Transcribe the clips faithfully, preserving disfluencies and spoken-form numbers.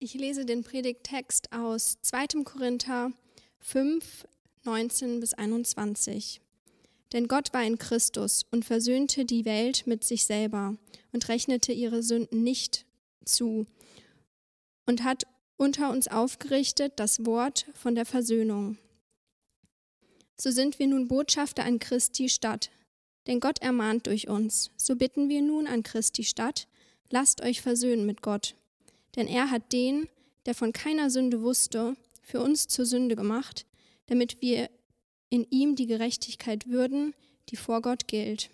Ich lese den Predigttext aus zweiter Korinther fünf, neunzehn bis einundzwanzig. Denn Gott war in Christus und versöhnte die Welt mit sich selber und rechnete ihre Sünden nicht zu und hat unter uns aufgerichtet das Wort von der Versöhnung. So sind wir nun Botschafter an Christi Stadt, denn Gott ermahnt durch uns. So bitten wir nun an Christi Stadt, lasst euch versöhnen mit Gott. Denn er hat den, der von keiner Sünde wusste, für uns zur Sünde gemacht, damit wir in ihm die Gerechtigkeit würden, die vor Gott gilt.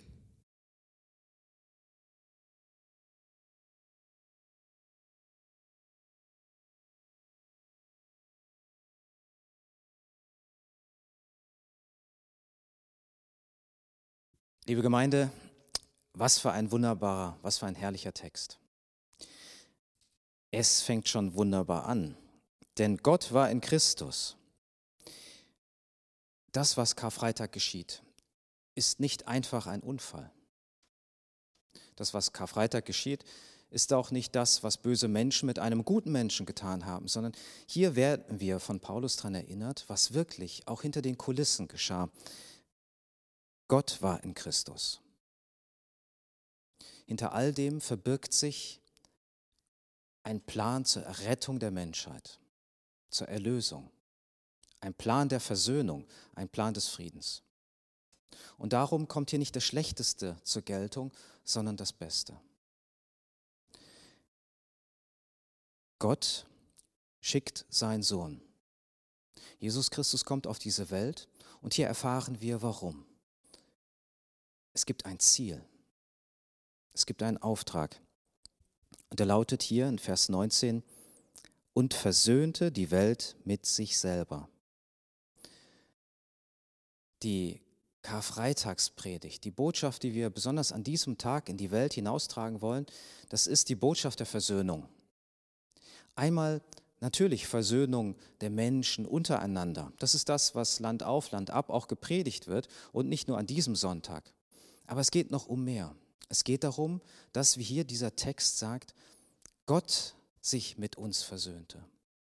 Liebe Gemeinde, was für ein wunderbarer, was für ein herrlicher Text. Es fängt schon wunderbar an, denn Gott war in Christus. Das, was Karfreitag geschieht, ist nicht einfach ein Unfall. Das, was Karfreitag geschieht, ist auch nicht das, was böse Menschen mit einem guten Menschen getan haben, sondern hier werden wir von Paulus daran erinnert, was wirklich auch hinter den Kulissen geschah. Gott war in Christus. Hinter all dem verbirgt sich ein Plan zur Errettung der Menschheit, zur Erlösung, ein Plan der Versöhnung, ein Plan des Friedens. Und darum kommt hier nicht das Schlechteste zur Geltung, sondern das Beste. Gott schickt seinen Sohn. Jesus Christus kommt auf diese Welt und hier erfahren wir, warum. Es gibt ein Ziel. Es gibt einen Auftrag. Und er lautet hier in Vers neunzehn, und versöhnte die Welt mit sich selber. Die Karfreitagspredigt, die Botschaft, die wir besonders an diesem Tag in die Welt hinaustragen wollen, das ist die Botschaft der Versöhnung. Einmal natürlich Versöhnung der Menschen untereinander. Das ist das, was Land auf, Land ab auch gepredigt wird und nicht nur an diesem Sonntag. Aber es geht noch um mehr. Es geht darum, dass, wie hier dieser Text sagt, Gott sich mit uns versöhnte.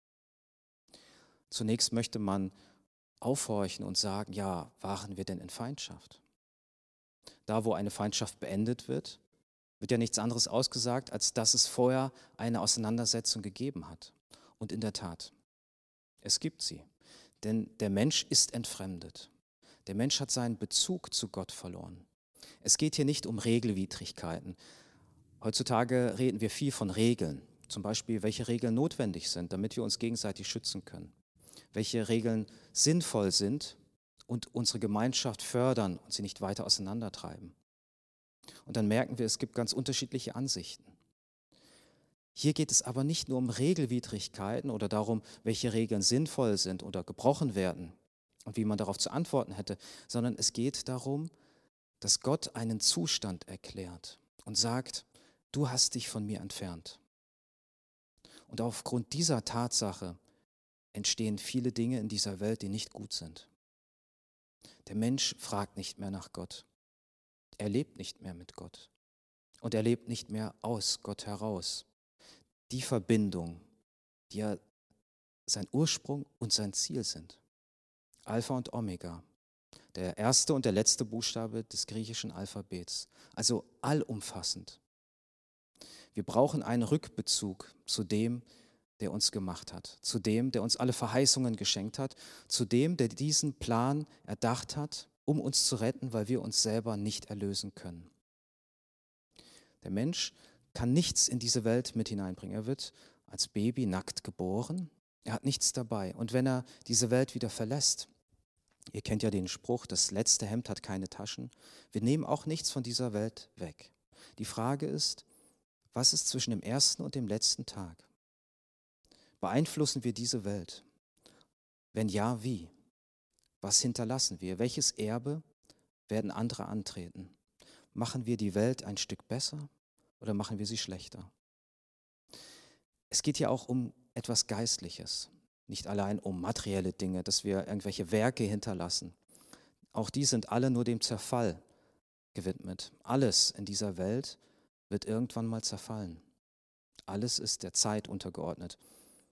Zunächst möchte man aufhorchen und sagen, ja, waren wir denn in Feindschaft? Da, wo eine Feindschaft beendet wird, wird ja nichts anderes ausgesagt, als dass es vorher eine Auseinandersetzung gegeben hat. Und in der Tat, es gibt sie. Denn der Mensch ist entfremdet. Der Mensch hat seinen Bezug zu Gott verloren. Es geht hier nicht um Regelwidrigkeiten. Heutzutage reden wir viel von Regeln. Zum Beispiel, welche Regeln notwendig sind, damit wir uns gegenseitig schützen können. Welche Regeln sinnvoll sind und unsere Gemeinschaft fördern und sie nicht weiter auseinandertreiben. Und dann merken wir, es gibt ganz unterschiedliche Ansichten. Hier geht es aber nicht nur um Regelwidrigkeiten oder darum, welche Regeln sinnvoll sind oder gebrochen werden und wie man darauf zu antworten hätte, sondern es geht darum, dass Gott einen Zustand erklärt und sagt, du hast dich von mir entfernt. Und aufgrund dieser Tatsache entstehen viele Dinge in dieser Welt, die nicht gut sind. Der Mensch fragt nicht mehr nach Gott. Er lebt nicht mehr mit Gott. Und er lebt nicht mehr aus Gott heraus. Die Verbindung, die ja sein Ursprung und sein Ziel sind. Alpha und Omega. Der erste und der letzte Buchstabe des griechischen Alphabets. Also allumfassend. Wir brauchen einen Rückbezug zu dem, der uns gemacht hat, zu dem, der uns alle Verheißungen geschenkt hat, zu dem, der diesen Plan erdacht hat, um uns zu retten, weil wir uns selber nicht erlösen können. Der Mensch kann nichts in diese Welt mit hineinbringen. Er wird als Baby nackt geboren, er hat nichts dabei. Und wenn er diese Welt wieder verlässt, ihr kennt ja den Spruch, das letzte Hemd hat keine Taschen, wir nehmen auch nichts von dieser Welt weg. Die Frage ist, was ist zwischen dem ersten und dem letzten Tag? Beeinflussen wir diese Welt? Wenn ja, wie? Was hinterlassen wir? Welches Erbe werden andere antreten? Machen wir die Welt ein Stück besser oder machen wir sie schlechter? Es geht ja auch um etwas Geistliches, nicht allein um materielle Dinge, dass wir irgendwelche Werke hinterlassen. Auch die sind alle nur dem Zerfall gewidmet. Alles in dieser Welt wird irgendwann mal zerfallen. Alles ist der Zeit untergeordnet.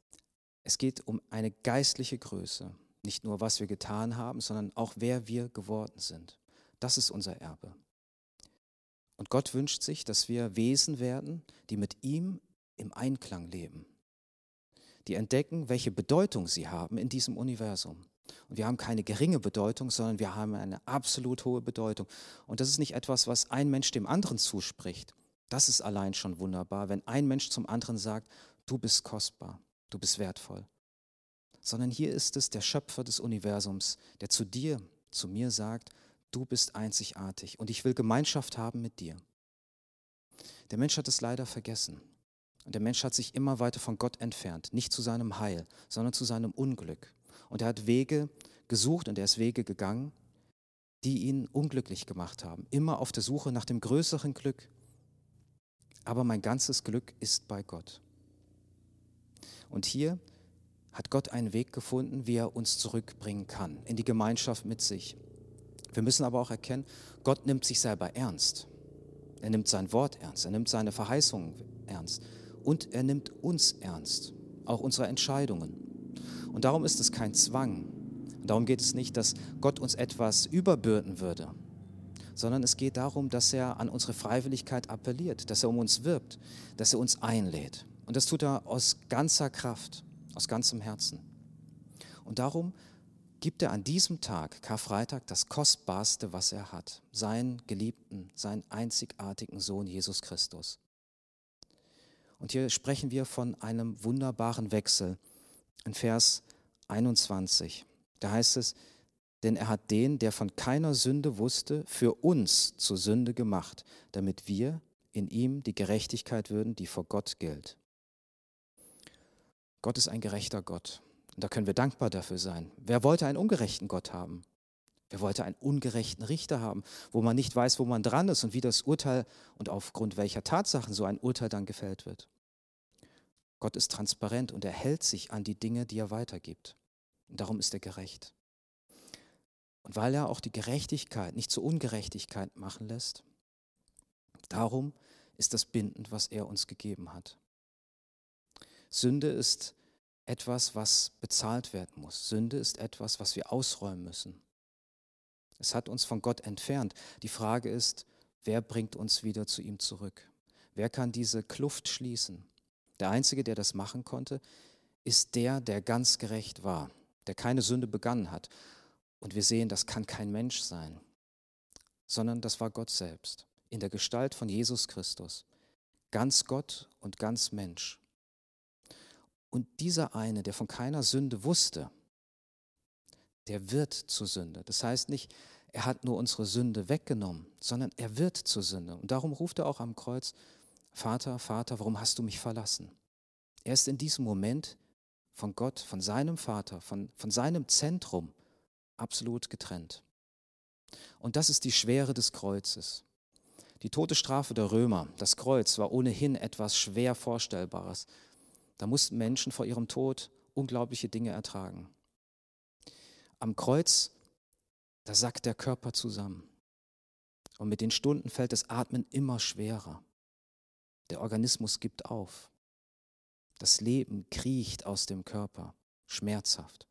Es geht um eine geistliche Größe. Nicht nur, was wir getan haben, sondern auch, wer wir geworden sind. Das ist unser Erbe. Und Gott wünscht sich, dass wir Wesen werden, die mit ihm im Einklang leben. Die entdecken, welche Bedeutung sie haben in diesem Universum. Und wir haben keine geringe Bedeutung, sondern wir haben eine absolut hohe Bedeutung. Und das ist nicht etwas, was ein Mensch dem anderen zuspricht. Das ist allein schon wunderbar, wenn ein Mensch zum anderen sagt, du bist kostbar, du bist wertvoll. Sondern hier ist es der Schöpfer des Universums, der zu dir, zu mir sagt, du bist einzigartig und ich will Gemeinschaft haben mit dir. Der Mensch hat es leider vergessen. Und der Mensch hat sich immer weiter von Gott entfernt, nicht zu seinem Heil, sondern zu seinem Unglück. Und er hat Wege gesucht und er ist Wege gegangen, die ihn unglücklich gemacht haben. Immer auf der Suche nach dem größeren Glück. Aber mein ganzes Glück ist bei Gott. Und hier hat Gott einen Weg gefunden, wie er uns zurückbringen kann, in die Gemeinschaft mit sich. Wir müssen aber auch erkennen, Gott nimmt sich selber ernst. Er nimmt sein Wort ernst, er nimmt seine Verheißungen ernst. Und er nimmt uns ernst, auch unsere Entscheidungen. Und darum ist es kein Zwang. Und darum geht es nicht, dass Gott uns etwas überbürden würde, sondern es geht darum, dass er an unsere Freiwilligkeit appelliert, dass er um uns wirbt, dass er uns einlädt. Und das tut er aus ganzer Kraft, aus ganzem Herzen. Und darum gibt er an diesem Tag, Karfreitag, das Kostbarste, was er hat, seinen geliebten, seinen einzigartigen Sohn Jesus Christus. Und hier sprechen wir von einem wunderbaren Wechsel in Vers einundzwanzig. Da heißt es, denn er hat den, der von keiner Sünde wusste, für uns zur Sünde gemacht, damit wir in ihm die Gerechtigkeit würden, die vor Gott gilt. Gott ist ein gerechter Gott. Und da können wir dankbar dafür sein. Wer wollte einen ungerechten Gott haben? Wer wollte einen ungerechten Richter haben, wo man nicht weiß, wo man dran ist und wie das Urteil und aufgrund welcher Tatsachen so ein Urteil dann gefällt wird? Gott ist transparent und er hält sich an die Dinge, die er weitergibt. Und darum ist er gerecht. Und weil er auch die Gerechtigkeit nicht zur Ungerechtigkeit machen lässt, darum ist das bindend, was er uns gegeben hat. Sünde ist etwas, was bezahlt werden muss. Sünde ist etwas, was wir ausräumen müssen. Es hat uns von Gott entfernt. Die Frage ist, wer bringt uns wieder zu ihm zurück? Wer kann diese Kluft schließen? Der Einzige, der das machen konnte, ist der, der ganz gerecht war, der keine Sünde begangen hat. Und wir sehen, das kann kein Mensch sein, sondern das war Gott selbst, in der Gestalt von Jesus Christus. Ganz Gott und ganz Mensch. Und dieser eine, der von keiner Sünde wusste, der wird zur Sünde. Das heißt nicht, er hat nur unsere Sünde weggenommen, sondern er wird zur Sünde. Und darum ruft er auch am Kreuz, Vater, Vater, warum hast du mich verlassen? Er ist in diesem Moment von Gott, von seinem Vater, von, von seinem Zentrum absolut getrennt. Und das ist die Schwere des Kreuzes. Die Todesstrafe der Römer, das Kreuz, war ohnehin etwas schwer Vorstellbares. Da mussten Menschen vor ihrem Tod unglaubliche Dinge ertragen. Am Kreuz, da sackt der Körper zusammen. Und mit den Stunden fällt das Atmen immer schwerer. Der Organismus gibt auf. Das Leben kriecht aus dem Körper, schmerzhaft.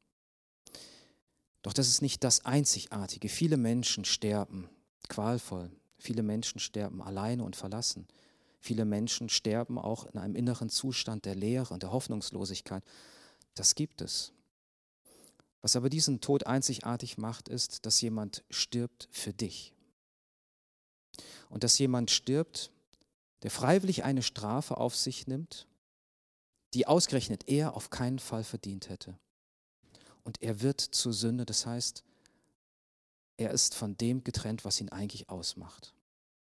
Doch das ist nicht das Einzigartige. Viele Menschen sterben qualvoll. Viele Menschen sterben alleine und verlassen. Viele Menschen sterben auch in einem inneren Zustand der Leere und der Hoffnungslosigkeit. Das gibt es. Was aber diesen Tod einzigartig macht, ist, dass jemand stirbt für dich. Und dass jemand stirbt, der freiwillig eine Strafe auf sich nimmt, die ausgerechnet er auf keinen Fall verdient hätte. Und er wird zur Sünde, das heißt, er ist von dem getrennt, was ihn eigentlich ausmacht.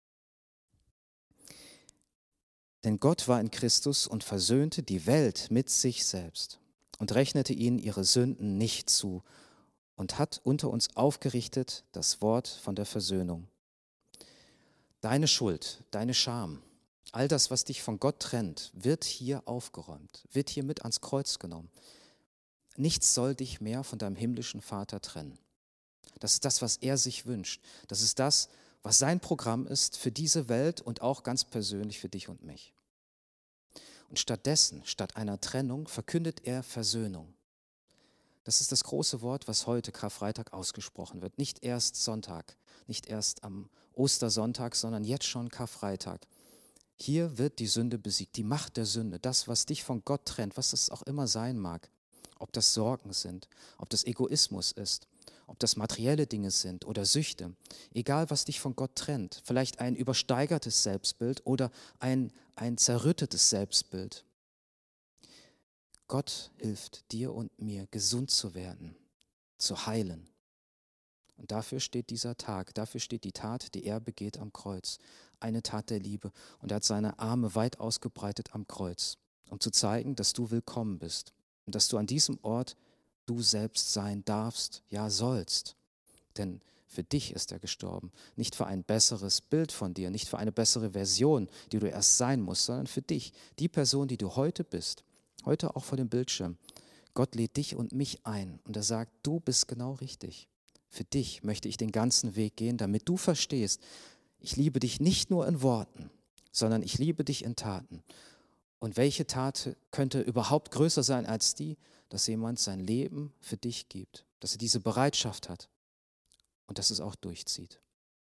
Denn Gott war in Christus und versöhnte die Welt mit sich selbst und rechnete ihnen ihre Sünden nicht zu und hat unter uns aufgerichtet das Wort von der Versöhnung. Deine Schuld, deine Scham, all das, was dich von Gott trennt, wird hier aufgeräumt, wird hier mit ans Kreuz genommen. Nichts soll dich mehr von deinem himmlischen Vater trennen. Das ist das, was er sich wünscht. Das ist das, was sein Programm ist für diese Welt und auch ganz persönlich für dich und mich. Und stattdessen, statt einer Trennung, verkündet er Versöhnung. Das ist das große Wort, was heute Karfreitag ausgesprochen wird. Nicht erst Sonntag, nicht erst am Ostersonntag, sondern jetzt schon Karfreitag. Hier wird die Sünde besiegt, die Macht der Sünde, das, was dich von Gott trennt, was es auch immer sein mag. Ob das Sorgen sind, ob das Egoismus ist, ob das materielle Dinge sind oder Süchte. Egal, was dich von Gott trennt, vielleicht ein übersteigertes Selbstbild oder ein, ein zerrüttetes Selbstbild. Gott hilft dir und mir, gesund zu werden, zu heilen. Und dafür steht dieser Tag, dafür steht die Tat, die er begeht am Kreuz. Eine Tat der Liebe. Und er hat seine Arme weit ausgebreitet am Kreuz, um zu zeigen, dass du willkommen bist und dass du an diesem Ort du selbst sein darfst, ja sollst. Denn für dich ist er gestorben, nicht für ein besseres Bild von dir, nicht für eine bessere Version, die du erst sein musst, sondern für dich, die Person, die du heute bist. Heute auch vor dem Bildschirm. Gott lädt dich und mich ein und er sagt, du bist genau richtig. Für dich möchte ich den ganzen Weg gehen, damit du verstehst, ich liebe dich nicht nur in Worten, sondern ich liebe dich in Taten. Und welche Tat könnte überhaupt größer sein als die, dass jemand sein Leben für dich gibt, dass er diese Bereitschaft hat und dass es auch durchzieht.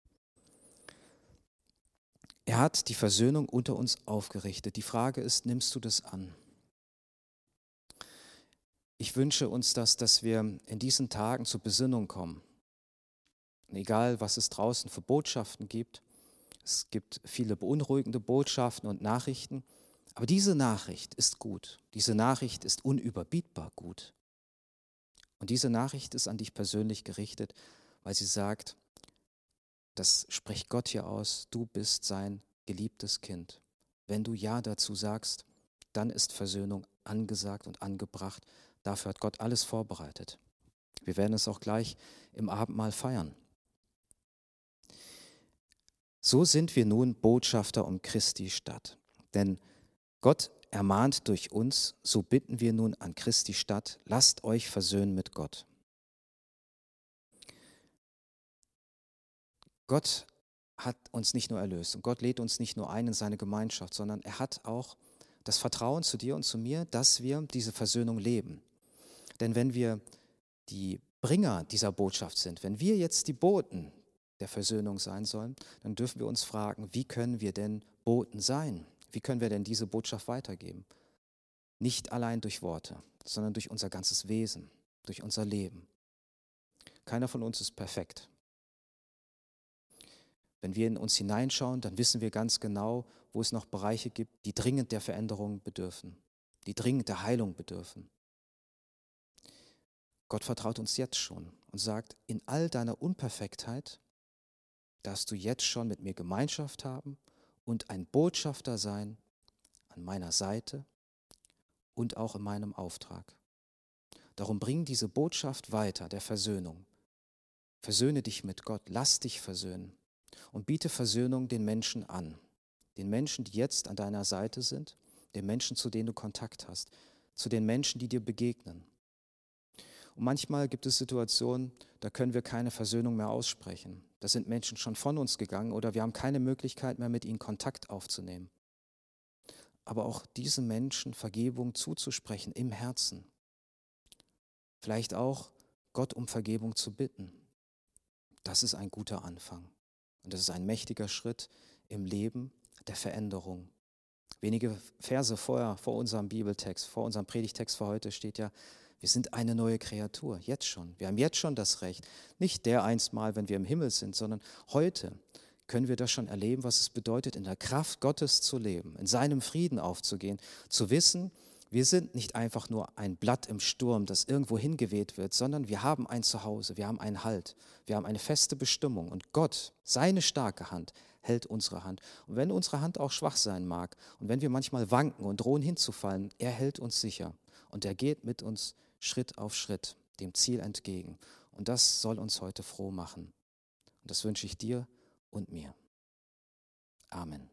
Er hat die Versöhnung unter uns aufgerichtet. Die Frage ist, nimmst du das an? Ich wünsche uns das, dass wir in diesen Tagen zur Besinnung kommen. Und egal, was es draußen für Botschaften gibt, es gibt viele beunruhigende Botschaften und Nachrichten, aber diese Nachricht ist gut. Diese Nachricht ist unüberbietbar gut. Und diese Nachricht ist an dich persönlich gerichtet, weil sie sagt, das spricht Gott hier aus, du bist sein geliebtes Kind. Wenn du Ja dazu sagst, dann ist Versöhnung angesagt und angebracht. Dafür hat Gott alles vorbereitet. Wir werden es auch gleich im Abendmahl feiern. So sind wir nun Botschafter um Christi Stadt. Denn Gott ermahnt durch uns, so bitten wir nun an Christi Stadt, lasst euch versöhnen mit Gott. Gott hat uns nicht nur erlöst und Gott lädt uns nicht nur ein in seine Gemeinschaft, sondern er hat auch das Vertrauen zu dir und zu mir, dass wir diese Versöhnung leben. Denn wenn wir die Bringer dieser Botschaft sind, wenn wir jetzt die Boten der Versöhnung sein sollen, dann dürfen wir uns fragen, wie können wir denn Boten sein? Wie können wir denn diese Botschaft weitergeben? Nicht allein durch Worte, sondern durch unser ganzes Wesen, durch unser Leben. Keiner von uns ist perfekt. Wenn wir in uns hineinschauen, dann wissen wir ganz genau, wo es noch Bereiche gibt, die dringend der Veränderung bedürfen, die dringend der Heilung bedürfen. Gott vertraut uns jetzt schon und sagt, in all deiner Unperfektheit darfst du jetzt schon mit mir Gemeinschaft haben und ein Botschafter sein an meiner Seite und auch in meinem Auftrag. Darum bring diese Botschaft weiter, der Versöhnung. Versöhne dich mit Gott, lass dich versöhnen und biete Versöhnung den Menschen an. Den Menschen, die jetzt an deiner Seite sind, den Menschen, zu denen du Kontakt hast, zu den Menschen, die dir begegnen. Und manchmal gibt es Situationen, da können wir keine Versöhnung mehr aussprechen. Da sind Menschen schon von uns gegangen oder wir haben keine Möglichkeit mehr, mit ihnen Kontakt aufzunehmen. Aber auch diesen Menschen Vergebung zuzusprechen im Herzen. Vielleicht auch Gott um Vergebung zu bitten. Das ist ein guter Anfang. Und das ist ein mächtiger Schritt im Leben der Veränderung. Wenige Verse vorher, vor unserem Bibeltext, vor unserem Predigtext für heute steht ja, wir sind eine neue Kreatur, jetzt schon. Wir haben jetzt schon das Recht, nicht dereinst mal, wenn wir im Himmel sind, sondern heute können wir das schon erleben, was es bedeutet, in der Kraft Gottes zu leben, in seinem Frieden aufzugehen, zu wissen, wir sind nicht einfach nur ein Blatt im Sturm, das irgendwo hingeweht wird, sondern wir haben ein Zuhause, wir haben einen Halt, wir haben eine feste Bestimmung und Gott, seine starke Hand, hält unsere Hand. Und wenn unsere Hand auch schwach sein mag und wenn wir manchmal wanken und drohen hinzufallen, er hält uns sicher und er geht mit uns Schritt auf Schritt dem Ziel entgegen. Und das soll uns heute froh machen. Und das wünsche ich dir und mir. Amen.